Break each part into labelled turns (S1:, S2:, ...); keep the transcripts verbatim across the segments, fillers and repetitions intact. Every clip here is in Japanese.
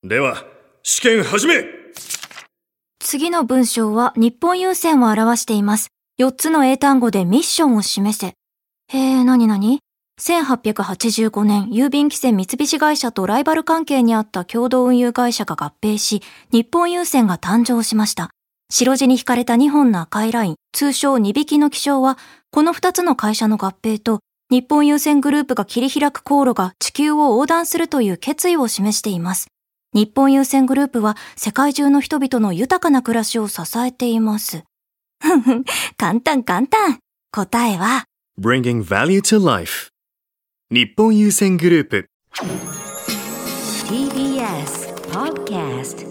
S1: では試験始め。
S2: 次の文章は日本郵船を表しています。よっつの英単語でミッションを示せ。へえ、なになに？せんはっぴゃくはちじゅうごねん、郵便汽船三菱会社とライバル関係にあった共同運輸会社が合併し、日本郵船が誕生しました。白地に引かれたにほんの赤いライン、通称にびきの気象は、このふたつの会社の合併と、日本郵船グループが切り開く航路が地球を横断するという決意を示しています。日本郵船グループは世界中の人々の豊かな暮らしを支えています。ふんふん、簡単簡単。答えは
S1: Bringing value to life 日本郵船グループ
S3: ティービーエス Podcast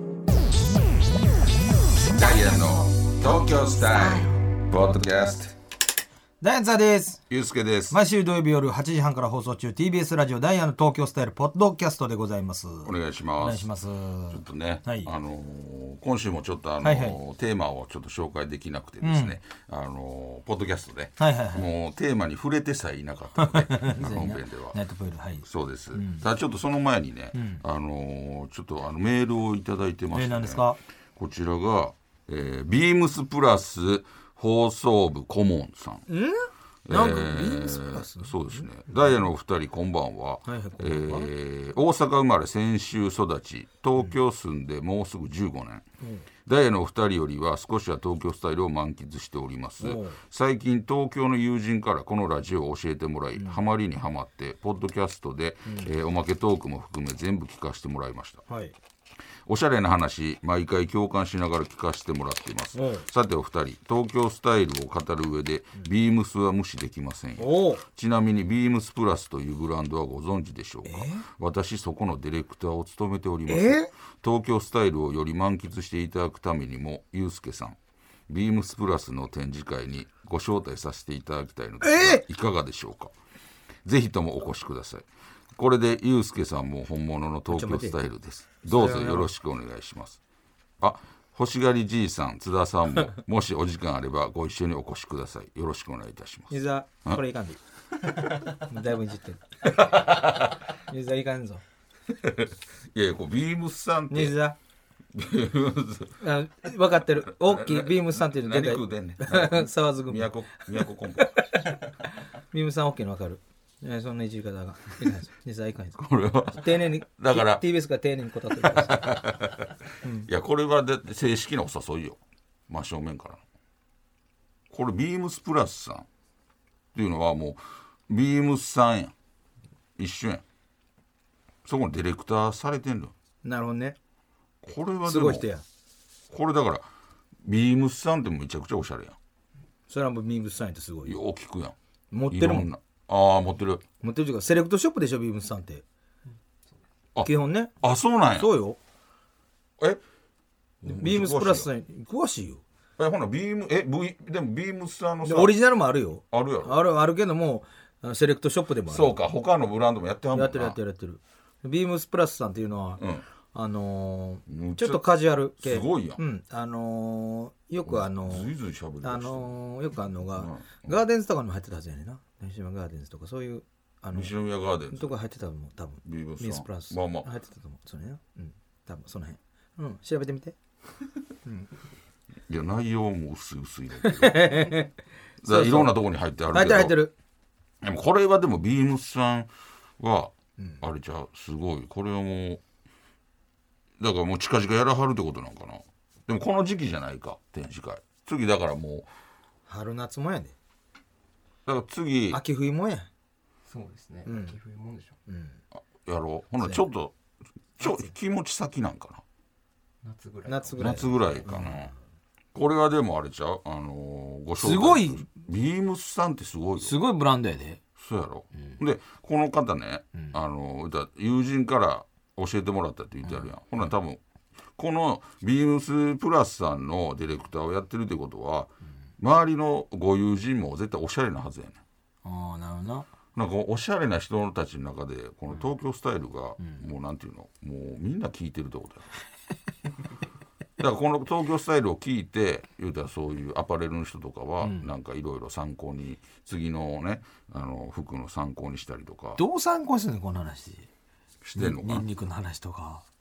S4: ダイアンの東京スタイルポッドキャスト。
S5: ダイアンツァです。
S4: ゆうすけです。
S5: 毎週土曜日夜はちじはんから放送中 ティービーエス ラジオダイアンの東京スタイルポッドキャストでございます。
S4: お願いします。
S5: お願いします。ち
S4: ょっとね、
S5: はい、
S4: あのー、今週もちょっとあのー
S5: はいはい、
S4: テーマをちょっと紹介できなくてですね、うん、あのー、ポッドキャストで、
S5: はいはいはい、
S4: もうテーマに触れてさえいなかったので本編では
S5: ナイトプール、はい、
S4: そうです、
S5: うん、
S4: ただちょっとその前にね、うん、あのー、ちょっとあのメールをいただいてまして、ね、えー、何ですか？こちらが、えー、ビームスプラス放送部顧問さん。ん
S5: なんかビームスプラス、
S4: えー、そうですね。ダイヤのお二人こんばんは、はいはい、えー、大阪生まれ泉州育ち、東京住んでもうすぐじゅうごねん、うん、ダイヤのお二人よりは少しは東京スタイルを満喫しております。最近東京の友人からこのラジオを教えてもらい、うん、ハマりにハマってポッドキャストで、うん、えー、おまけトークも含め全部聞かせてもらいました、はい。おしゃれな話毎回共感しながら聞かせてもらっています。さてお二人、東京スタイルを語る上でビームスは無視できませんよ。ちなみにビームスプラスというブランドはご存知でしょうか？私そこのディレクターを務めております。東京スタイルをより満喫していただくためにも、ゆうすけさん、ビームスプラスの展示会にご招待させていただきたいのですが、いかがでしょうか？ぜひともお越しください。これでゆうすけさんも本物の東京スタイルです。どうぞよろしくお願いします。あ、欲しがりじいさん、津田さんももしお時間あればご一緒にお越しください。よろしくお願いいたします。
S5: ユーザーこれいかんでだいぶいじってるユーザーいかんぞ
S4: いやいや、こうビームスさんって
S5: ユーザー分かってる、大きいビームスさんっていうの出て
S4: 何食うてんねん
S5: 沢津組
S4: 宮古宮古コンボ
S5: ビームスさん大きいの分かる。そんないじり方がいかんです。実はいかんです。
S4: これは
S5: 丁寧に
S4: だから
S5: ティービーエス が丁寧に答えてください、うん、
S4: いやこれはで正式なお誘いよ、真正面から。これビームスプラスさんっていうのはもうビームスさんやん、一緒やん。そこのディレクターされてんの。
S5: なるほどね。
S4: これはでも
S5: すごい人や。
S4: これだからビームスさんってめちゃくちゃおしゃれやん。
S5: それはもうビームスさんってすごいよ。
S4: よう聞くやん。
S5: 持ってるもんな。
S4: ああ持ってる
S5: 持ってるというかセレクトショップでしょビームスさんって、うん、基本ね。
S4: あ、そうなんや。
S5: そうよ。
S4: え
S5: ビームスプラスさん詳しいよ。
S4: えほなビームえ、v、でもビームスさんのさ
S5: オリジナルもあるよ。
S4: あるやろ。
S5: あるあるけどもセレクトショップでもある。
S4: そうか、他のブランドもやってはんもんな。
S5: やってるやってるやってる。ビームスプラスさんっていうのは、うん、あのー、ちょっとカジュアル系。
S4: すごいやん。
S5: うん、あのー、よくあのー、
S4: ずいずいしゃべる。
S5: あのー、よくあるのが、うん、ガーデンズとかにも入ってたはずやねんな。西島ガーデンズとかそういうあの
S4: 西宮ガーデンズ
S5: とか入ってたと思う。多分
S4: ビームス
S5: ビームスプラス、
S4: まあまあ
S5: 入ってたと思う。それね、うん、多分その辺、うん、調べてみて、うん、
S4: いや内容も薄い薄いだけどだいろんなところに入ってあるけど、
S5: 入ってる入ってる。
S4: でもこれはでもビームスさんは、うん、あれじゃすごい。これはもうだからもう近々やらはるってことなんかな。でもこの時期じゃないか展示会。次だからもう
S5: 春夏もやで。
S4: だから次
S5: 秋冬もや。
S6: そうですね、
S5: うん、
S6: 秋冬もんでしょ、うん、
S4: やろう。ほなちょっとちょ気持ち先なんか
S6: な。夏ぐらい
S5: 夏ぐらい
S4: 夏ぐらいかな、うん、これはでもあれちゃう、あのー、ご紹介
S5: すごい
S4: ビームスさんってすごいよ。
S5: すごいブランドやで。
S4: そうやろ、うん、でこの方ね、うん、あのー、友人から教えてもらったって言ってあるやん、うん、ほな多分このビームスプラスさんのディレクターをやってるってことは、うん、周りのご友人も絶対おしゃれなはずやねん。
S5: ああなるほどな。
S4: なんかおしゃれな人たちの中でこの東京スタイルがもうなんていうの、もうみんな聞いてるってことやだからこの東京スタイルを聞いて言うたらそういうアパレルの人とかはなんかいろいろ参考に、次のねあの服の参考にしたりとか。
S5: どう参考にするのこの話
S4: してんのかな。
S5: ニンニクの話とか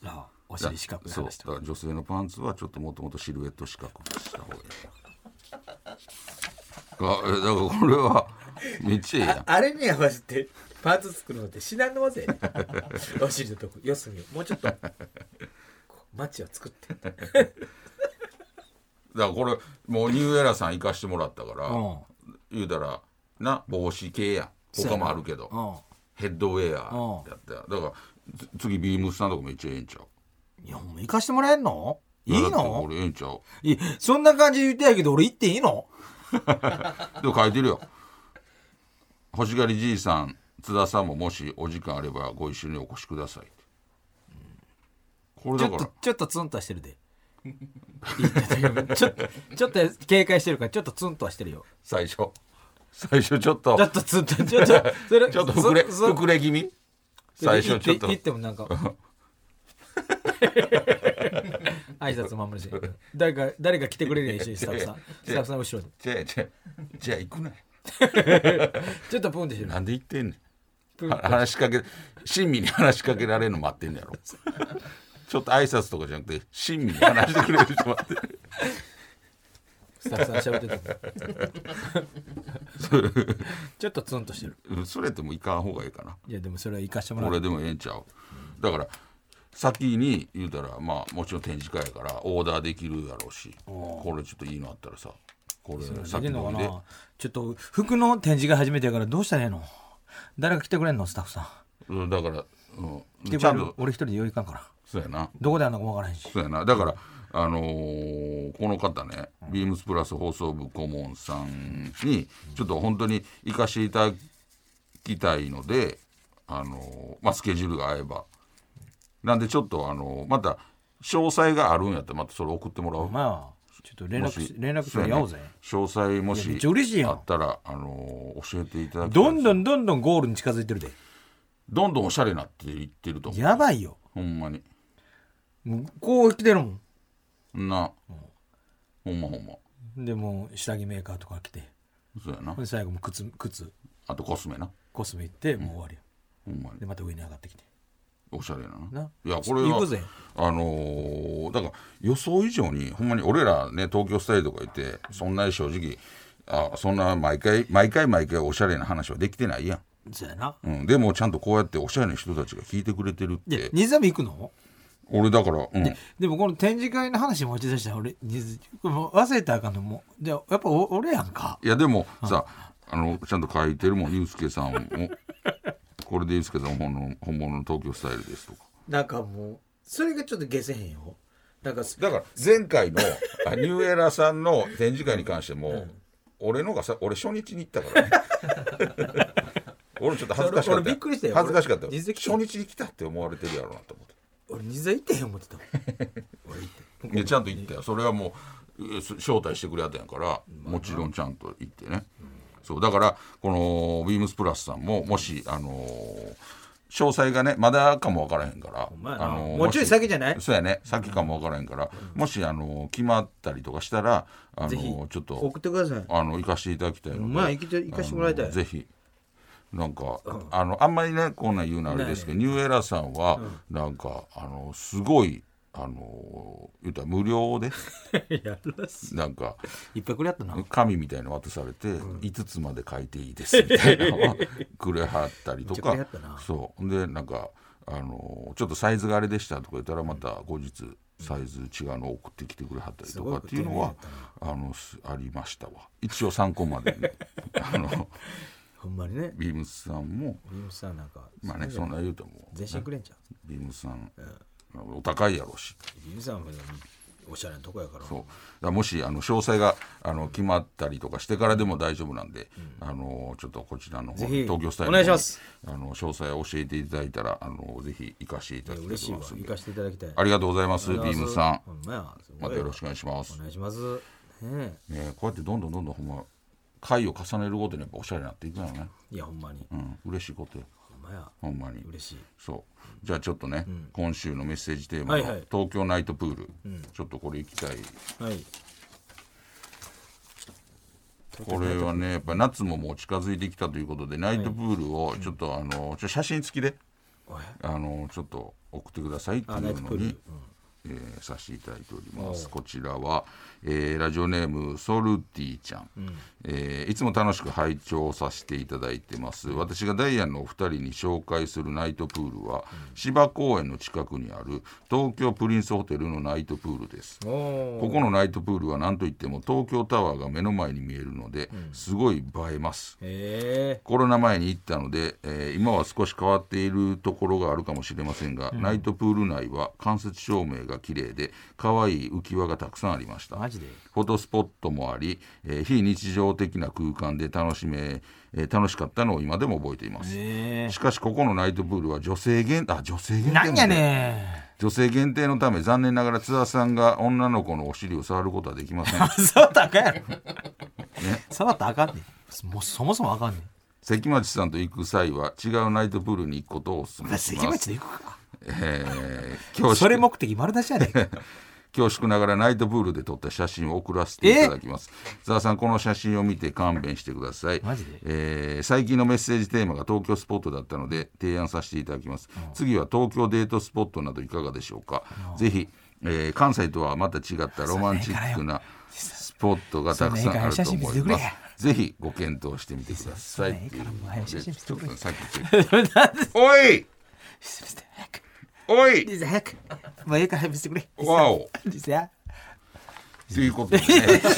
S5: あお尻四角で
S4: そう
S5: 話して
S4: だから女性のパンツはちょっともともとシルエット四角くした方がいいあえだからこれはめっちゃいいやん
S5: あ, あれに合わせてパンツ作るのって至難の技やねお尻のとこ四隅をもうちょっとこうマッチを作って
S4: だからこれもうニューエラさん行かしてもらったから、
S5: うん、
S4: 言うたらな帽子系やん他もあるけど、
S5: うん、
S4: ヘッドウェアやったやんだから次ビームスさんとかめっちゃええんちゃう
S5: いやもう行かしてもらえんのいいの
S4: 俺ええんちゃう
S5: いそんな感じで言ってやけど俺行っていいの
S4: でも書いてるよ欲しがりじいさん津田さんももしお時間あればご一緒にお越しください、うん、これだから
S5: ちょっとちょっとツンとはしてるでちょっとちょっと警戒してるからちょっとツンとはしてるよ
S4: 最初最初ちょっと
S5: ちょっとツンとちょっとそれ
S4: ちょっと膨れ
S5: そそ
S4: 膨れ気味最初ちょっと
S5: 言ってもなんか挨拶守るし誰か誰か来てくれるやん一緒にスタッフさんスタッフさん後ろで
S4: じゃあじゃあじゃあ行くな
S5: ちょっとプンってしてる
S4: なんで言ってんねん話しかけ親身に話しかけられるの待ってんねやろちょっと挨拶とかじゃなくて親身に話してくれる人待ってる
S5: スタッフさん喋ってたちょっとツンとしてる
S4: それってもう行かん方がいいかない
S5: やでもそれは行かしてもらう
S4: これでもええんちゃうだから先に言うたらまあもちろん展示会やからオーダーできるやろうしこれちょっといいのあったらさこれ先
S5: の
S4: ので
S5: ちょっと服の展示会始めてやからどうしたらええの誰が来てくれんのスタッフさん、
S4: うん、だから、うん、
S5: 来てくれる俺一人でよいかんから
S4: そうやな
S5: どこであんのか分からへんし
S4: そうやなだからあのー、この方ね、うん、ビームスプラス放送部顧問さんにちょっと本当に行かせていただきたいので、あのーまあ、スケジュールが合えばなんでちょっと、あのー、また詳細があるんやったらまたそれ送ってもらおう。
S5: まあちょっと連絡連絡取り合おうぜ、ね、
S4: 詳細もしあったら、あのー、教えていただきたい。
S5: どんどんどんどんゴールに近づいてるで
S4: どんどんおしゃれになっていってると思う。
S5: やばいよ
S4: ほんまに
S5: もうこう来てるもん
S4: な、うん、ほんまほんま
S5: でも下着メーカーとか来て
S4: そうやな
S5: で最後も靴靴
S4: あとコスメな
S5: コスメ行ってもう終わりや、
S4: うん、ほんまに
S5: でまた上に上がってきて
S4: おしゃれな
S5: な。
S4: いやこれはあのー、だから予想以上にほんまに俺らね東京スタイルとかいてそんなに正直あそんな毎回毎回毎回おしゃれな話はできてないやん。
S5: そうやな、
S4: うん、でもちゃんとこうやっておしゃれな人たちが聞いてくれてるって。
S5: 新座行くの
S4: 俺だから、うん、
S5: で, でもこの展示会の話持ち出したら俺もう忘れたらあかんのもうでやっぱ俺やんか。
S4: いやでもさ、あのちゃんと書いてるもんユースケさんもこれでユースケさん本物の本物の東京スタイルですとか
S5: なんかもうそれがちょっとゲせへんよ。なんか
S4: だから前回のニューエラさんの展示会に関しても、うん、俺のがさ俺初日に行ったからね俺ちょっと恥ずかしかった。
S5: びっくりしたよ。
S4: 恥ずかしかったよ。初日に来たって思われてるやろうなと思って。
S5: 俺西座行ってへん思ってた俺行って
S4: いやちゃんと行ったよ。それはもう招待してくれたんやから、もちろんちゃんと行ってね、うん、そうだからこのビームスプラスさんももしあのー、詳細がねまだかも分からへんから、
S5: あのー、もうちょい先じゃない？
S4: そうやね先かも分からへんから、うん、もしあのー、決まったりとかしたらあのー、ちょっと
S5: 送ってください。
S4: あの行かせていただきたいので、
S5: まあ行かせてもらいたい。
S4: ぜひなんか、うん、あのあんまりねこんなん言うのあれですけど、ニューエラさんは、うん、なんかあのすごいあの言ったら無料で
S5: やらす
S4: なんか
S5: いっぱいくれやったな
S4: 紙みたいなの渡されて、うん、いつつまで書いていいですみたいなのをくれはったりとかそうでなんかあのちょっとサイズがあれでしたとか言ったらまた後日サイズ違うのを送ってきてくれはったりとかっていうのはあのありましたわ。一応参考までねあの
S5: ほんまにね
S4: ビームスさんも
S5: ビームスさんなんか
S4: まあねそんな言うとも
S5: 全身くれんちゃう。
S4: ビームスさん、うん、お高いやろうし
S5: ビームスさんはおしゃれなとこやから
S4: そうだからもしあの詳細があの決まったりとかしてからでも大丈夫なんで、うん、あのちょっとこちらの方東京スタイル
S5: お願いします。
S4: あの詳細を教えていただいたらあのぜひ行かせていただきたいと思います。
S5: 行かせていただきたい。
S4: ありがとうございますビームスさん。
S5: ま
S4: たよろしくお願いします。
S5: お願いします。
S4: ねねこうやってどんどんどんどんほんま回を重ねるごとにやっぱおしゃれになっていくのよね。
S5: いやほんまに、
S4: うん、嬉しいことよ。
S5: ほんまや
S4: ほんまに
S5: 嬉しい。
S4: そうじゃあちょっとね、うん、今週のメッセージテーマの、
S5: はいはい、
S4: 東京ナイトプール、
S5: うん、
S4: ちょっとこれ行きたい、
S5: はい、
S4: これはねやっぱ夏ももう近づいてきたということでナイトプールをちょっとあのちょ写真付きであのちょっと送ってくださいっていうのに、えー、させていただいております。こちらは、えー、ラジオネームソルティちゃん、うん、えー、いつも楽しく拝聴させていただいてます。私がダイアンのお二人に紹介するナイトプールは、うん、芝公園の近くにある東京プリンスホテルのナイトプールです。ここのナイトプールは何といっても東京タワーが目の前に見えるので、うん、すごい映えます。へー。コロナ前に行ったので、えー、今は少し変わっているところがあるかもしれませんが、うん、ナイトプール内は間接照明が綺麗で可愛い浮き輪がたくさんありました。マジで？フォトスポットもあり、えー、非日常的な空間で楽しめ、えー、楽しかったのを今でも覚えています。しかしここのナイトプールは女性限あ女性限定
S5: なんやね
S4: 女性限定のため残念ながら津田さんが女の子のお尻を触ることはできません。
S5: 触ったらあかんやろ、ね、触ったらあかんねん。もうそもそもあかんねん。
S4: 関町さんと行く際は違うナイトプールに行くことをお勧めします。
S5: 関町で行くか、
S4: えー、
S5: それ目的丸出しやで
S4: 恐縮ながらナイトプールで撮った写真を送らせていただきます。津田さんこの写真を見て勘弁してください。マジで、えー、最近のメッセージテーマが東京スポットだったので提案させていただきます。次は東京デートスポットなどいかがでしょうか。ぜひ、えー、関西とはまた違ったロマンチックなスポットがたくさんあると思います。ぜひご検討してみてくださいっていう。ちょっとさっきおいおい
S5: リザ早くもうええから見せてくれ。
S4: わお
S5: リザ
S4: ということでね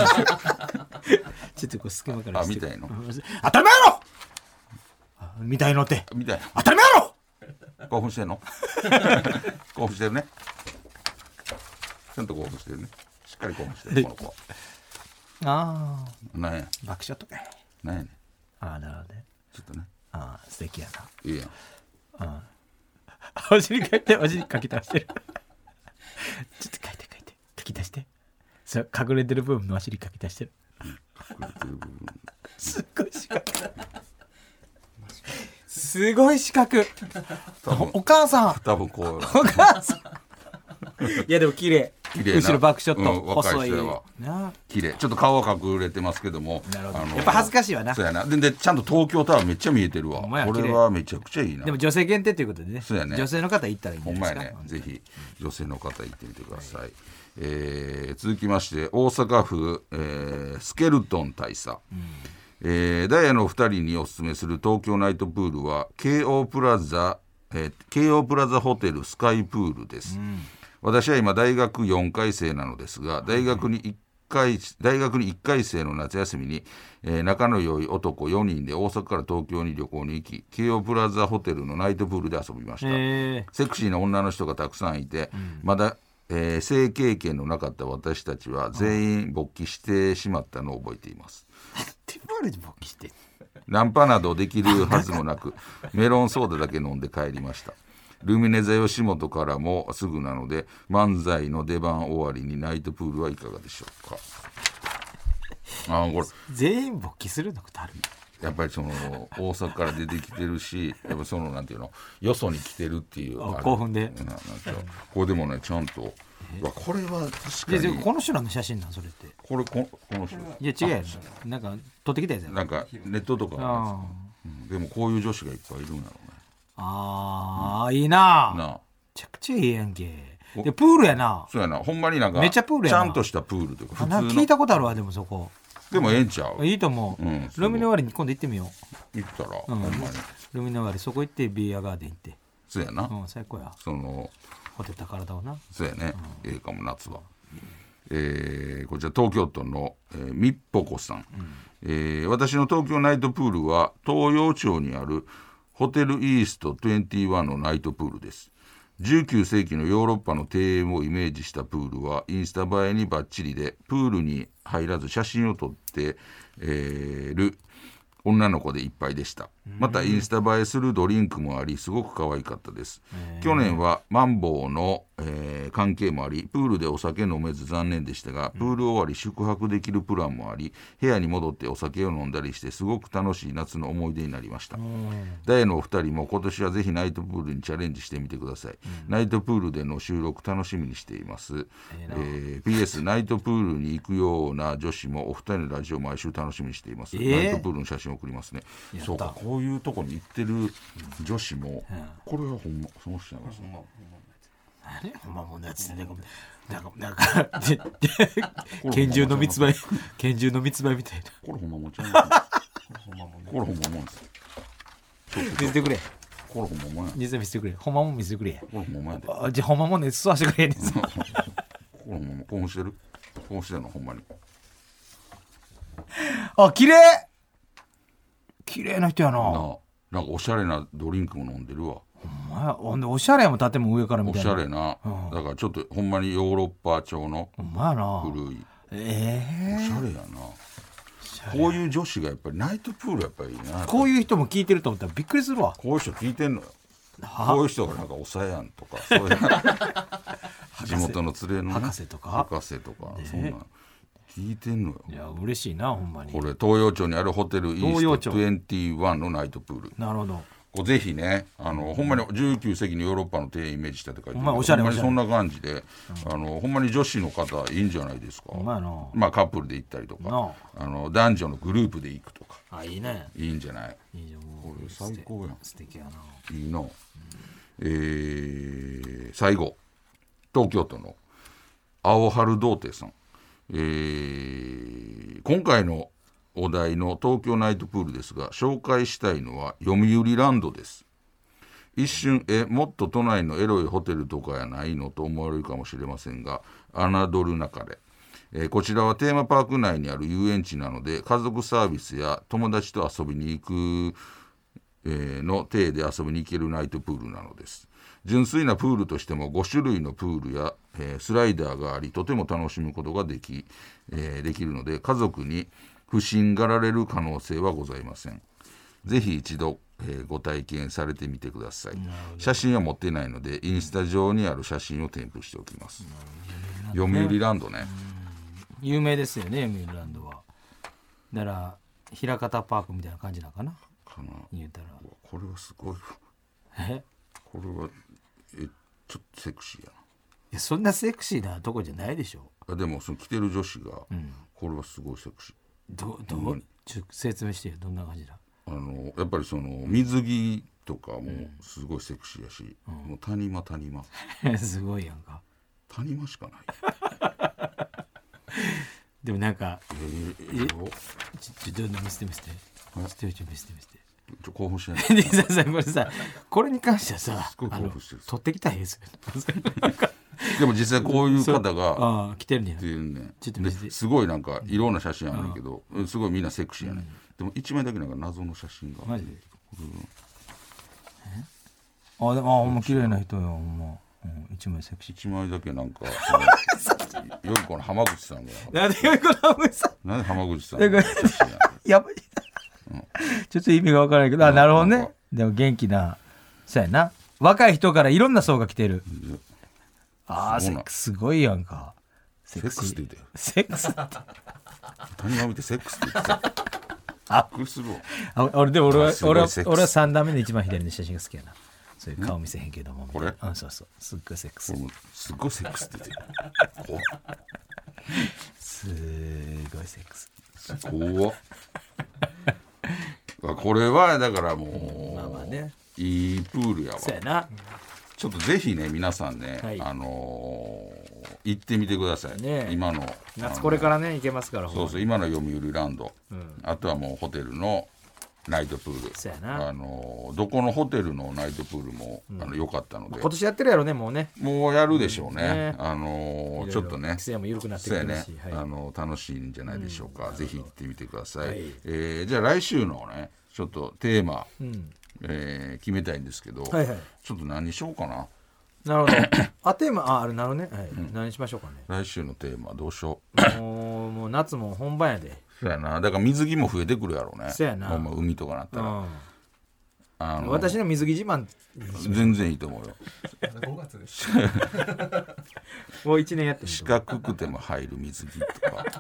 S5: ちょっとこう隙間から
S4: あ見たいの
S5: 当たり前やろ見たいのって
S4: 見たい
S5: 当たり前やろ
S4: 興奮してんの興奮してるねちゃんと興奮してるねしっかり興奮してるこの子は。
S5: ああ
S4: なんや
S5: 爆笑とか
S4: なんやねん。
S5: ああなるほどね
S4: ちょっとね
S5: ああ素敵やな。
S4: いいやん。
S5: ああお尻かいてお尻かき出してるちょっとかいてかいてかき出してそれ隠れてる部分のお尻かき出してる、うん、隠れてる部分すっごい四角すごい四角お母さん
S4: 多分こう
S5: お母さんいやでも綺麗
S4: 綺麗な
S5: 後ろバックショット、
S4: うん、細い綺麗ちょっと顔は隠れてますけども
S5: なるほど、あのー、やっぱ恥ずかしいわな。
S4: そうやな で, でちゃんと東京タワーめっちゃ見えてるわ。これはめちゃくちゃいいな。
S5: でも女性限定ということでね。
S4: そうやね
S5: 女性の方行ったらいいんじゃないですか。
S4: ほんまやね。ぜひ女性の方行ってみてください、はい。えー、続きまして大阪府、えー、スケルトン大佐、うんえー、ダイヤのお二人におすすめする東京ナイトプールは京王プラザ、えー、京王プラザホテルスカイプールです、うん。私は今大学よんかい生なのですが大学にいっかい大学にいっかい生の夏休みに、えー、仲の良い男よにんで大阪から東京に旅行に行き京王プラザホテルのナイトプールで遊びました。セクシーな女の人がたくさんいて、うん、まだ、えー、性経験のなかった私たちは全員勃起してしまったのを覚えています。ナンパなどできるはずもなくメロンソーダだけ飲んで帰りました。ルミネ座吉本からもすぐなので漫才の出番終わりにナイトプールはいかがでしょうか。あこれ
S5: 全員勃起するのことある。
S4: やっぱりその大阪から出てきてるしやっぱそのなんていうのよそに来てるっていう
S5: 興奮で
S4: ななんかこれでもねちゃんとわこれは確かに
S5: この人らの写真なんそれって
S4: これ こ, この人
S5: いや違うやんなんか撮ってきたやつや
S4: なんかネットとかあ、うん、でもこういう女子がいっぱいいるんやろうね。
S5: ああ、うん、いいななめちゃくちゃいいやんけ。でプールやな。
S4: そうやなほんまになんか
S5: めっちゃプールやな
S4: ちゃんとしたプールというか普通の
S5: 聞いたことあるわ。でもそこ
S4: でもええんちゃう。
S5: いいと思う、うん、ルミネ割りに今度行ってみよ
S4: う。行ったら、
S5: うん、
S4: ほんまに
S5: ルミネ割りそこ行ってビアガーデン行って
S4: そうやな、
S5: うん、最高や
S4: その
S5: ホテルた体をな
S4: そうやね、うん、ええかも夏は、うんえー、こちら東京都の、えー、みっぽこさん、うんえー、私の東京ナイトプールは東洋町にあるホテルイーストにじゅういちのナイトプールです。じゅうきゅう世紀のヨーロッパの庭園をイメージしたプールはインスタ映えにバッチリでプールに入らず写真を撮って、えー、る女の子でいっぱいでした。またインスタ映えするドリンクもありすごく可愛かったです。去年はマンボウの、ええー関係もありプールでお酒飲めず残念でしたが、プール終わり宿泊できるプランもあり部屋に戻ってお酒を飲んだりしてすごく楽しい夏の思い出になりました。ダイヤのお二人も今年はぜひナイトプールにチャレンジしてみてください、ナイトプールでの収録楽しみにしています、えー、ピーエス ナイトプールに行くような女子もお二人のラジオ毎週楽しみにしています、
S5: えー
S4: ナイトプールの写真を送りますね。そうか、こういうとこに行ってる女子も、これはほんまその人なんですね。
S5: 何ほんまもんのやつでなんかなんかなんか拳銃の密売拳銃の密売みたいな。
S4: これほんまもんちゃいますこれほんまもんです。
S5: 見せてくれ。
S4: これほんまもんや。
S5: 実際見せてくれ。ほんまもん見せてくれ。
S4: これほんまもんやで。
S5: あじゃあほんまもんね吸わしてくれ。
S4: これほんまもん興奮してる興奮してるのほんまに。
S5: あ綺麗綺麗な人やな。
S4: なあなんかおしゃれなドリンクも飲んでるわ。
S5: ほんまや。ほんでおしゃれも建物上からみ
S4: お
S5: たいな。
S4: しゃれな、
S5: うん、
S4: だからちょっとほんまにヨーロッパ調の
S5: ほんまやな。
S4: 古い、
S5: ええー、
S4: おしゃれやな。こういう女子がやっぱりナイトプールやっぱりいいな。
S5: こういう人も聞いてると思ったらびっくりするわ。
S4: こういう人聞いてんのよ。こういう人がなんかおさやんとかそういう地元の連れの、ね、
S5: 博士とか
S4: 博士とか、ね、そんな聞いてんのよ。
S5: いや嬉しいなほんまに。
S4: これ東洋町にあるホテルイーストにじゅういちのナイトプール。
S5: なるほど。
S4: こうぜひねあのほんまにじゅうきゅう世紀のヨーロッパの庭園イメージしたって書いてある。
S5: ほんまおしゃれ
S4: ほんまにそんな感じで、うん、あのほんまに女子の方いいんじゃないですか。
S5: ほんまやな。
S4: まあカップルで行ったりとかあの男女のグループで行くとか。
S5: あいいね。
S4: いいんじゃない。
S5: いいじゃんもう
S4: これ最高やん。
S5: 素敵やな。
S4: いいな、うんえー、最後東京都の青春童貞さん、えー、今回のお題の東京ナイトプールですが紹介したいのは読売ランドです。一瞬えもっと都内のエロいホテルとかやないのと思われるかもしれませんが侮るなかれ、えー、こちらはテーマパーク内にある遊園地なので家族サービスや友達と遊びに行くの体で遊びに行けるナイトプールなのです。純粋なプールとしてもご種類のプールや、えー、スライダーがありとても楽しむことができ、えー、できるので家族に不審がられる可能性はございません。ぜひ一度、えー、ご体験されてみてください。写真は持っていないのでインスタ上にある写真を添付しておきます。読売ランドね
S5: 有名ですよね読売ランドは。だから枚方パークみたいな感じなのかな
S4: かな
S5: 言うたら。
S4: これはすごい。
S5: え
S4: これはえちょっとセクシーやな。
S5: いやそんなセクシーなとこじゃないでしょ。
S4: あでもその着てる女子が、うん、これはすごいセクシー。
S5: どどうちょ説明してよどんな感じだ。
S4: あのやっぱりその水着とかもすごいセクシーやし、うん、もう谷間谷間
S5: すごいやんか。
S4: 谷間しかない
S5: でもなんか
S4: えー、え
S5: ちょちょどんどん見せて見せて見せて見せて見せて見せて
S4: ちょ興奮しない
S5: でささこれさこれに関してはさ
S4: すごい興奮してる。
S5: 取ってきたいです
S4: でも実際こういう方が
S5: ああ来てるね
S4: っていうね
S5: ちょっと見せて
S4: すごいなんかいろんな写真あるんだけど、うん、すごいみんなセクシーやね、うん、でも一枚だけなんか謎の写真が
S5: マジで、うん、あでもあもう綺麗な人よほんま、うん、一枚セクシー
S4: 一枚だけなんかよい子の浜口さんが
S5: なんでよい子の浜口さん
S4: なんで浜口さんが写真や
S5: やばいちょっと意味が分からないけど、あ、なるほどね。でも元気な、そうやな。若い人からいろんな層が来てる。ああ、セックスすごいやんか。
S4: セックスって言って。
S5: セックスって。
S4: 谷間見てセックスって言って。あ、びっくりするわ。
S5: あ、俺でも俺は俺は俺は三段目の一番左の写真が好きやな。そういう顔見せへんけども。
S4: これ？
S5: うん、そうそう。すっごいセックス。
S4: すっごいセックスって言ってる。
S5: すごいセックス。
S4: 怖っ。これはだからもう、
S5: まあまあね、
S4: いいプールやわ。
S5: そうやな。
S4: ちょっとぜひね皆さんね、はい、あのー、行ってみてくださいね。今の
S5: 夏これからね行けますから。
S4: そうそう今の読売ランド、うん、あとはもうホテルのナイトプール。
S5: そうやな。
S4: あのー、どこのホテルのナイトプールも、うん、あの良かったので、
S5: 今年やってるやろねもうね。
S4: もうやるでしょうね。うん、ねあのー、
S5: いろいろ
S4: ちょっとね
S5: 規制も緩くなってくるし、
S4: ねはい、あのー、楽しいんじゃないでしょうか。うん、ぜひ行ってみてください。はい、えー、じゃあ来週のねちょっとテーマ、うんえー、決めたいんですけど、はいはい、ちょっと何にしようかな。
S5: なるほど。あテーマああれなるほどね、はいうん、何しましょうかね。
S4: 来週のテーマどうしよ
S5: う。もうもう夏も本番やで。
S4: そうやな。だから水着も増えてくるやろうね。
S5: そうやな。
S4: ほんま海とかなったら、うん、
S5: あの私の水着自慢
S4: 全然いいと思うよ。
S6: ごがつです
S5: もういちねんやってる。
S4: 四角くても入る水着とか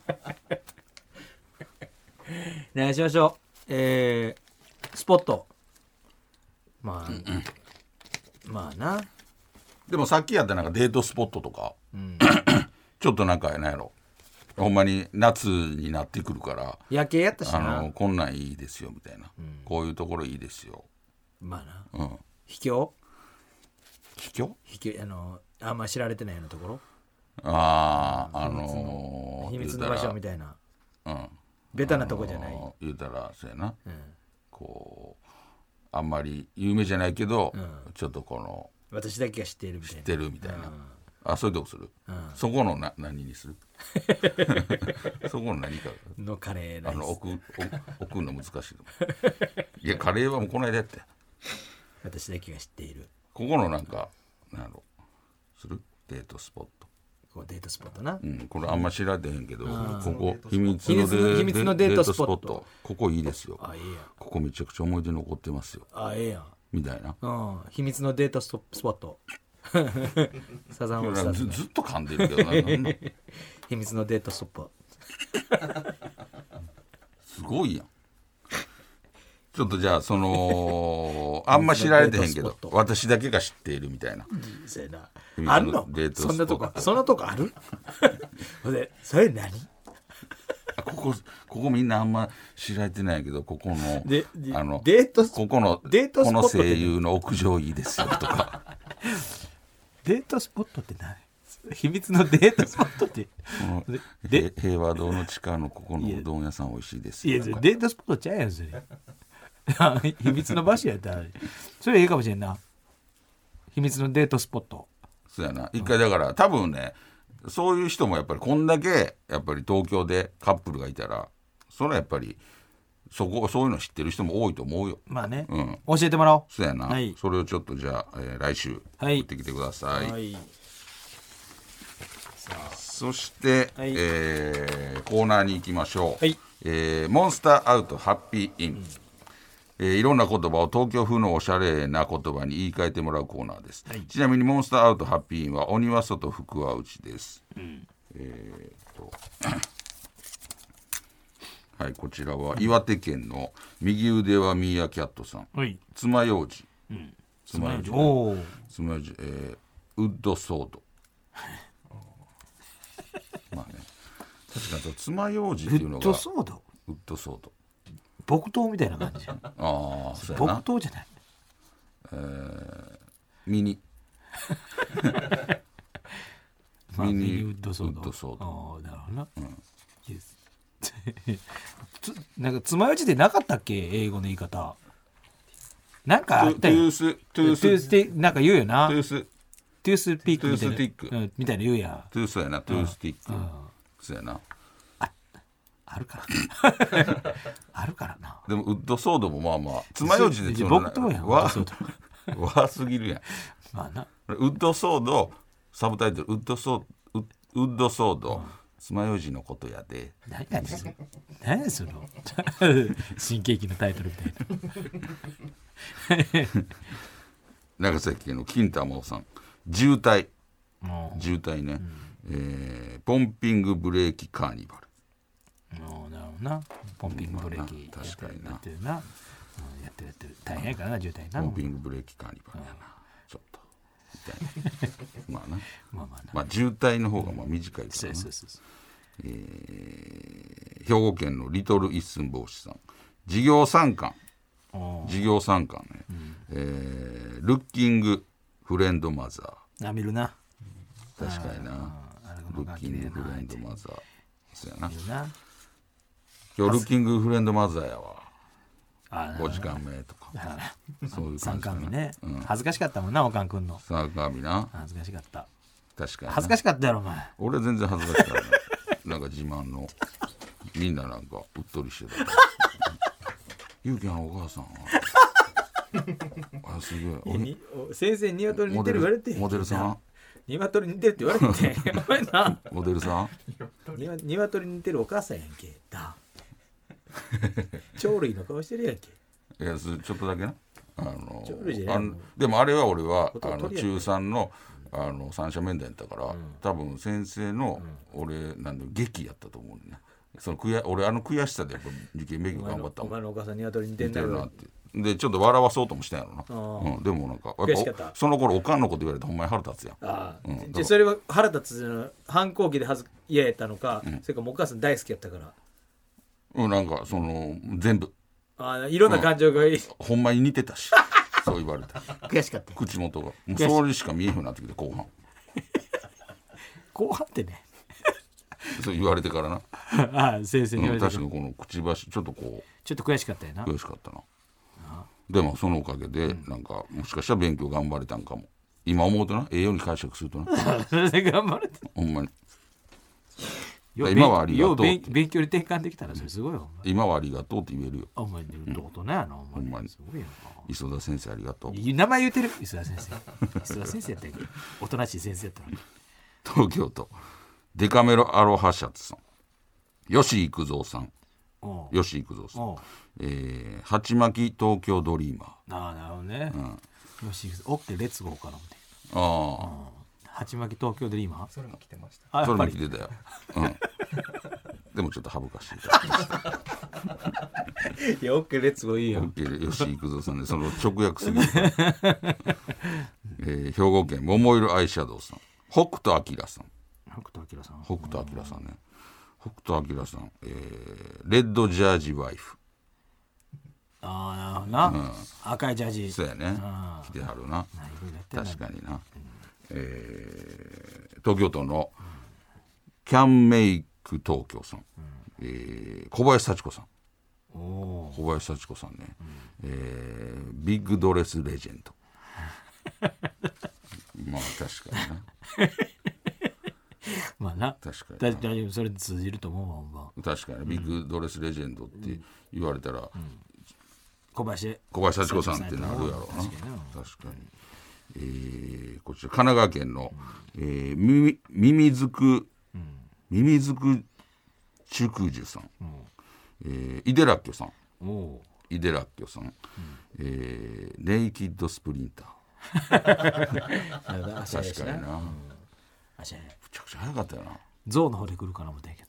S5: お願いしましょう。えー、スポットまあ、うんうん、まあな。
S4: でもさっきやったなんかデートスポットとか、うん、ちょっとなんか何やろほんまに夏になってくるから
S5: 夜景やったしな、
S4: あのこんなんいいですよみたいな、うん、こういうところいいですよ。
S5: まあ
S4: な、うん、
S5: 秘境
S4: 秘境
S5: 秘境あのあんま知られてないようなところ。
S4: あああのー、
S5: 秘密の場所みたいな、
S4: うん、
S5: ベタなとこじゃない、
S4: あのー、言うたらそうやな、うん、こうあんまり有名じゃないけど、うん、ちょっとこの
S5: 私だけが知っているみたいな
S4: 知ってるみたいな、うん、あそういうとこする、うん、そこのな何にするそこの何か
S5: のカレーライス
S4: あの奥奥の難しいといやカレーはもうこの間やって
S5: 私だけが知っている
S4: ここのなんか何やろするデートスポット
S5: ここデートスポットな、
S4: うん、これあんま知られてへんけど、うん、ここ秘密
S5: のデ、秘密のデートスポット
S4: ここいいですよ。
S5: あいいや
S4: ここめちゃくちゃ思い出残ってますよ。
S5: あええやん
S4: みたいな、
S5: うん、秘密のデートスポットサザンオールスターズ、
S4: ね、ず, ずっと噛んでるけどな
S5: 秘密のデートスポット
S4: すごいやん。ちょっとじゃあそのあんま知られてへんけど私だけが知っているみたいな、
S5: そうやなあるのそんなとこそんなとこあるでそれ何
S4: ここここみんなあんま知られてないけどここの
S5: で
S4: あの
S5: デート
S4: ここの
S5: デートスポット
S4: この声優の屋上いいですよとか
S5: デートスポットって何秘密のデートスポットって
S4: で平和堂の地下のここのうどん屋さん美味しいですよ。
S5: いやデートスポットちゃうやんそれ秘密の場所やったらそれいいかもしれんな。秘密のデートスポット
S4: そうやな一回だから、うん、多分ねそういう人もやっぱりこんだけやっぱり東京でカップルがいたらそれはやっぱりそこそういうの知ってる人も多いと思うよ。
S5: まあね、
S4: うん、
S5: 教えてもらおう。
S4: そうやな、
S5: はい、
S4: それをちょっとじゃあ、えー、来週送ってきてください、はい、さあそして、はいえー、コーナーに行きましょう、はいえー、モンスターアウトハッピーイン、うんえー、いろんな言葉を東京風のおしゃれな言葉に言い換えてもらうコーナーです、はい、ちなみにモンスターアウトハッピーインは鬼は外福は内です、うんえー、とはいこちらは岩手県の右腕はミーアキャットさん、はい、爪楊枝、うん、爪楊枝爪楊枝、えー、ウッドソードまあね確かに爪楊枝っていうのが
S5: ウッドソード
S4: ウッドソード
S5: 木刀みたいな感じあ
S4: あそう
S5: やな木刀じゃない、
S4: えー、ミニ
S5: まあ、ミニウッドソード。
S4: ウッドソード。
S5: ああなるほどな、うん、なんか爪楊枝でなかったっけ英語の言い方なんかあったよ。
S4: トゥーストゥース
S5: トゥーステなんか言うよな。
S4: トゥース
S5: トゥースピックみたいな
S4: トゥースティック、
S5: うん、みたいな言うやん。
S4: トゥースやなトゥースティック、うん、そうやな
S5: ああるからあるからな。
S4: でもウッドソードもまあまあ爪楊枝でちょっ
S5: と僕とやんわ
S4: わすぎるやん
S5: まあな
S4: ウッドソードサブタイトルウッドソードウッドソード、うん爪楊枝のことやで
S5: 何やねん何やその新喜劇のタイトルみたいな
S4: 長崎県の金玉さん渋滞渋滞ね、うんえー、ポンピングブレーキカーニバル
S5: なるほどなポンピングブレーキ
S4: やってる、うん、
S5: やってるな、うん、やってるやってる大変やからな渋滞な
S4: ポンピングブレーキカーニバルやな、うん、ちょっとまあな
S5: まあまあな
S4: まあ渋滞の方がまあ短いからな、
S5: そうそうそう、
S4: えー、兵庫県のリトル一寸法師さん事業参観事業参観ね、うんえー、ルッキングフレンドマザ
S5: ーあ見るな
S4: 確かになルッキングフレンドマザーそうやな今日ルッキングフレンドマザーやわごじかんめとかそういう感じ
S5: 参観日ね、うん、恥ずかしかったもんなおかんくんの
S4: 参観日な
S5: 恥ずかしかった
S4: 確かに
S5: 恥ずかしかったやろお前
S4: 俺全然恥ずかしかったなんか自慢のみんななんかうっとりしてたゆうきゃんお母さんあすげえ
S5: 先生ニワトリ似てる言われて
S4: モデルさん
S5: ニワトリ似てるって言われてお前な
S4: モデルさん
S5: ニワトリ似てるお母さんやんけだ鳥類の顔してるやんけ
S4: いやちょっとだけなあの
S5: 鳥類じゃない
S4: あでもあれは俺はあの中さんのあの三者面談やったから、うん、多分先生の、うん、俺なんだ劇やったと思うね。その悔俺あの悔しさでやっぱ受験勉強頑張ったもん。
S5: お前のお母さんにニワトリ似てんだよなって。
S4: でちょっと笑わそうともしたんやろな、うん、でもなんか
S5: 悔しかった
S4: その頃おかんのこと言われてほんまに腹立つやん。
S5: あ、うん、じゃそれは腹立つの反抗期ではず嫌やったのか、うん、それかもお母さん大好きやったから。
S4: うん、なんかその全部
S5: あいろんな感情がいい、うん、
S4: ほんまに似てたしそう言われて
S5: 悔しかった
S4: 口元がもうそれしか見えへんようになってきて後半
S5: 後半ってね
S4: そう言われてからな
S5: あ先生に言われて、
S4: うん、確かにこのくちばしちょっとこう
S5: ちょっと悔しかったよな。
S4: 悔しかったな。でもそのおかげで、うん、なんかもしかしたら勉強頑張れたんかも今思うとな、栄養に解釈するとな
S5: それで頑張れた
S4: ほんまに
S5: 今はありがとうって勉強に転換できたらそれすごいよ。
S4: 今はありがとうって言えるよ。
S5: お前どことねやな、
S4: ほんまにすごいよな。磯田先生ありがとう。
S5: 名前言うてる磯田先生磯田先生やったっけおとなしい先生やったの。
S4: 東京都デカメロアロハシャツさん、吉幾三さん、吉幾三さん、えー、鉢巻き東京ドリーマー。
S5: ああなるほどね、うん、吉幾三オッケーレッツゴーかな思って。
S4: ああ
S5: 鉢巻き東京ドリーマー
S6: それも来てました。
S4: あそれも来てたよ、うん、でもちょっと省かしていただきました
S5: いやオッケーレッツゴーいいよ。
S4: オッケー吉幾三さんでその直訳すぎる、えー、兵庫県桃色アイシャドウさん、北斗晶さん、
S5: 北斗晶さん
S4: 北斗晶さんね、北斗晶さん、えー、レッドジャージワイフ。
S5: ああなるほどな、うん、赤いジャージ
S4: そうやね着てはるな。確かにな、うん、えー、東京都のキャンメイク東京さん、うん、えー、小林幸子さん。お小林幸子さんね、うん、えー、ビッグドレスレジェンドまあ確かにな
S5: まあな
S4: 確かに
S5: 大丈夫それで通じると思うわほんま。
S4: 確かにビッグドレスレジェンドって言われたら、うんうん、
S5: 小林
S4: 小林幸子さんってなるやろうな。確かに、確かに、えー、こちら神奈川県の、うん、えー、ミミミズク、うん、ミミズク竹樹さん、うん、えー、イデラッキョさん、おイデラッキョさん、うん、えー、ネイキッドスプリンター確かにな、うん、
S5: 足早い。
S4: めちゃくちゃ早かったよな。
S5: 象の方で来るかな思ったんやけ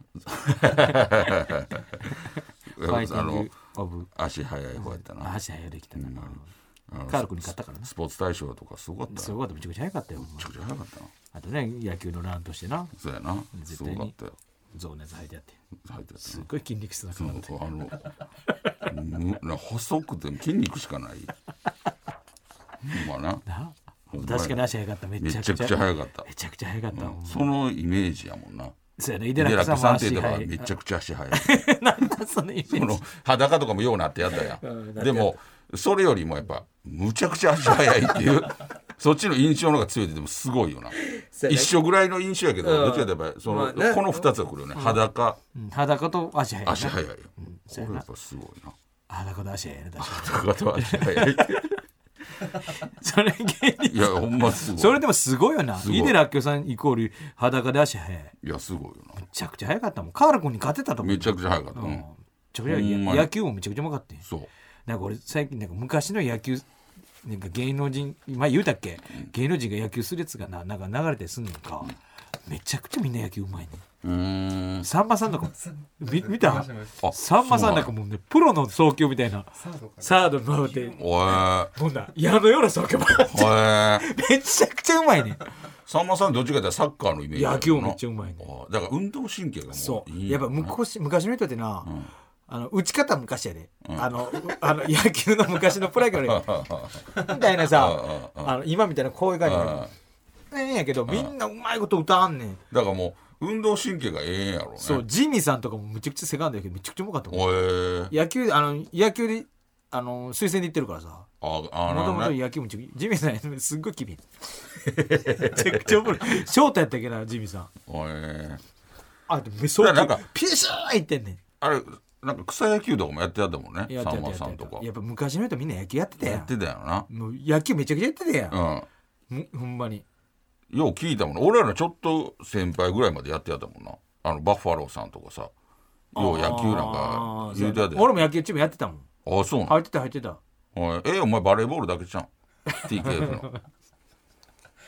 S5: どあの
S4: 足早い方やったな。
S5: 足早いできたな、うん、カール君に勝ったからな。
S4: スポーツ大賞とかすごかった。
S5: すごかった。めちゃくちゃ早かったよ。
S4: めちゃくちゃ早かったな。
S5: あとね野球のランとしてな。
S4: そうやな。すごかったよ。
S5: 象のやつ履いてやって
S4: 履いてやって
S5: すごい筋肉質な体で、
S4: あの細くて筋肉しかないほんまな。な
S5: 確かに足早かった。めちゃくちゃ
S4: 早かった。
S5: めちゃくちゃ早かった、うん、
S4: そのイメージやもんな。
S5: そうやね。イデラックさんも足早い。
S4: めちゃくちゃ足早い
S5: なんだそのイメージ。その
S4: 裸とかもようなってやったやん、うん、でもそれよりもやっぱむちゃくちゃ足早いっていうそっちの印象の方が強いってでもすごいよな。一緒ぐらいの印象やけど、うん、どっちかとやっぱその、まあね、このふたつが来るよね、うん、裸、
S5: うん、裸と足早い。
S4: 足早いよ、うん、これやっぱすごいな。
S5: 裸と足早いね。
S4: 裸と足早い
S5: それ芸人
S4: いやほんますごい。
S5: それでもすごいよな。イデラッキョさんイコール裸で足早い。
S4: いやすごいよな。
S5: めちゃくちゃ早かったもん。カール君に勝てたと思う。
S4: めちゃくちゃ早かった、うん、
S5: ちょ野球もめちゃくちゃうまかったよ。
S4: そう
S5: なんか俺最近なんか昔の野球なんか芸能人前言うたっけ、うん、芸能人が野球するやつがななんか流れてすんねんか、うん、めちゃくちゃみんな野球うまいね。うーんさんまさんとか見たさんまさんなんかもうねプロの送球みたいなサード回ってもんな矢のような送球回ってめちゃくちゃうまいね。
S4: さんまさんどっちかというとサッカーのイメージ。
S5: 野球もめっちゃうまいね。
S4: だから運動神経がもういい。
S5: そうやっぱ昔昔の人ってな、うん、あの打ち方昔やで、うん、あのあの野球の昔のプロ野球みたいなさあの今みたいなこういう感じええんやけどみんなうまいこと歌わんねん。
S4: だからもう運動神経がええんやろうね。
S5: そうジミーさんとかもめちゃくちゃセカンドやけどめちゃくちゃうまかったもん。野球あの野球であの推薦で行ってるからさ。もともと野球もちジミーさんすっごい厳しいめちゃくちゃおもろいショートやったっけなジミーさん。
S4: へ
S5: あでもそうなんかピシャーいってんねん。
S4: あれなんか草野球とかもやってやったもんね。さんまさんとか
S5: やっぱ昔の人みんな野球やってたやん。
S4: やってたよな。
S5: もう野球めちゃくちゃやってたやん、うん、ほんまに
S4: よう聞いたもん。俺らのちょっと先輩ぐらいまでやってやったもんな。あのバッファローさんとかさよう野球なんか言うてやで。
S5: 俺も野球チームやってたもん。
S4: ああそうなの。
S5: 入ってた入ってた。
S4: えー、お前バレーボールだけじゃんティーケーエフ の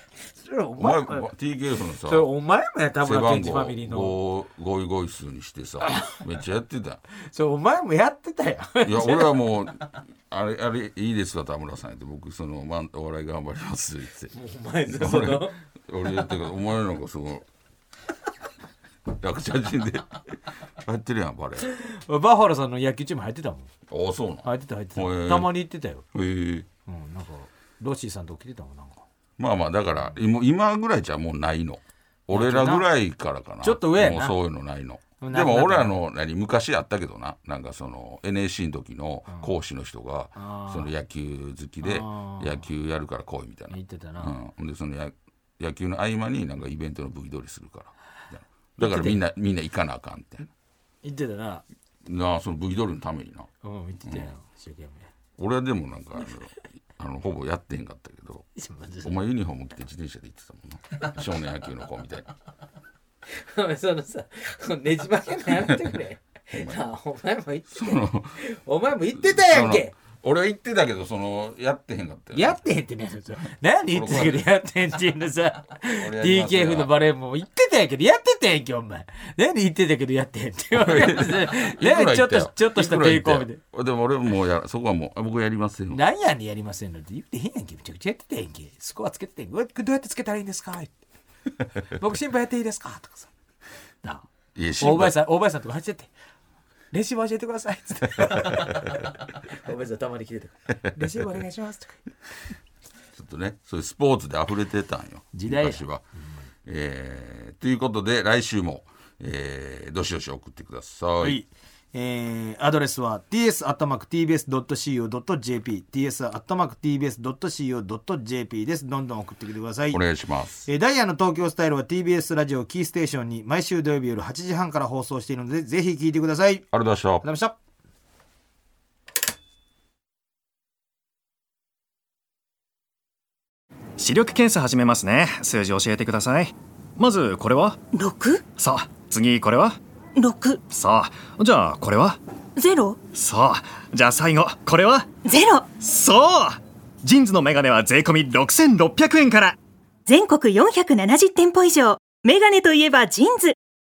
S5: それお
S4: お前
S5: 前
S4: ティーケーエフ のさ
S5: それお前もや田
S4: 背番
S5: 村健二ファミリーの
S4: 号ゴイゴイ数にしてさめっちゃやってた。
S5: それお前もやってたやん。
S4: いや俺はもうあれあれいいですか田村さんって僕その、ま、お笑い頑張りますって言って
S5: お前その
S4: 俺言ってるからお前なんかその楽写真で入ってるやんバレー。
S5: バッファローさんの野球チーム入ってたもん。
S4: ああそうなん。
S5: 入ってた入ってた、
S4: へー
S5: たまに行ってたよ。
S4: へえ。
S5: うんなんかロッシーさんと来てたもんなんか。
S4: まあまあだから今今ぐらいじゃもうないの。俺らぐらいからかな。
S5: ちょっと上やな
S4: もうそういうのないの。
S5: な
S4: でも俺らの何昔あったけどな、なんかその エヌエスシー の時の講師の人が、
S5: うん
S4: その野球好きで
S5: あー
S4: 野球やるから来いみたいな
S5: 言ってたな、
S4: うん、でそのや野球の合間になんかイベントのブギ取りするからみたいな。だからみんなみんな行かなあかんみたい
S5: 言ってたな。
S4: ななあそのブギ取りのためにな。
S5: うん言ってたよ、一生懸命。
S4: 俺はでもなんかあのあのほぼやってへんかったけどお前ユニフォーム着て自転車で行ってたもんな少年野球の子みたいな。
S5: お前そのさねじ曲げのやめてくれなあお前も言ってたやんお前も言ってたやんけ。
S4: 俺は言ってたけどそのやってへんかったよ。
S5: やってへんってね何言ってたけどやってへんっていうのさ
S4: 俺や
S5: ティー
S4: りますよ
S5: ケーエフ のバレーも言ってたやんけどやってたやんけお前何言ってたけどやってへんって言われて
S4: いくら
S5: ね
S4: 言ったよ
S5: ちょっとちょっとした抵抗みたいな。
S4: でも俺もうやそこはもう僕やりませんよ。
S5: 何やねんやりませんのって言ってへんやんけめちゃくちゃやってたやんけ。スコアつけててんどうやってつけたらいいんですかって僕心配やっていいですかとかさなあ
S4: いや
S5: 大林さん大林さんとか走ってってレシーブ教えてくださいっつって大林さんたまに来てたレシーブお願いしますとか
S4: ちょっとねそういうスポーツで溢れてたんよ
S5: 時代や
S4: 昔は、えー、ということで来週も、えー、どしどし送ってください、
S5: はいえー、アドレスは ティーエスアットマークティービーエスドットシーオードットジェーピー ティーエスアットマークティービーエスドットシーオードットジェーピー です。どんどん送ってきてください。
S4: お願いします。
S5: えーダイヤの東京スタイルは ティービーエス ラジオキーステーションに毎週土曜日夜はちじはんから放送しているのでぜひ聞いてください。ありがとう
S4: ありがとうございました。
S5: ございました。
S1: 視力検査始めますね。数字教えてください。まずこれは
S7: ろく、
S1: さあ次これは
S7: ろく、
S1: さあじゃあこれは
S7: ゼロ、
S1: さあじゃあ最後これは
S7: ゼロ。
S1: そうジンズのメガネは税込みろくせんろっぴゃくえんから。
S7: 全国よんひゃくななじゅってんぽ以上。メガネといえばジンズ。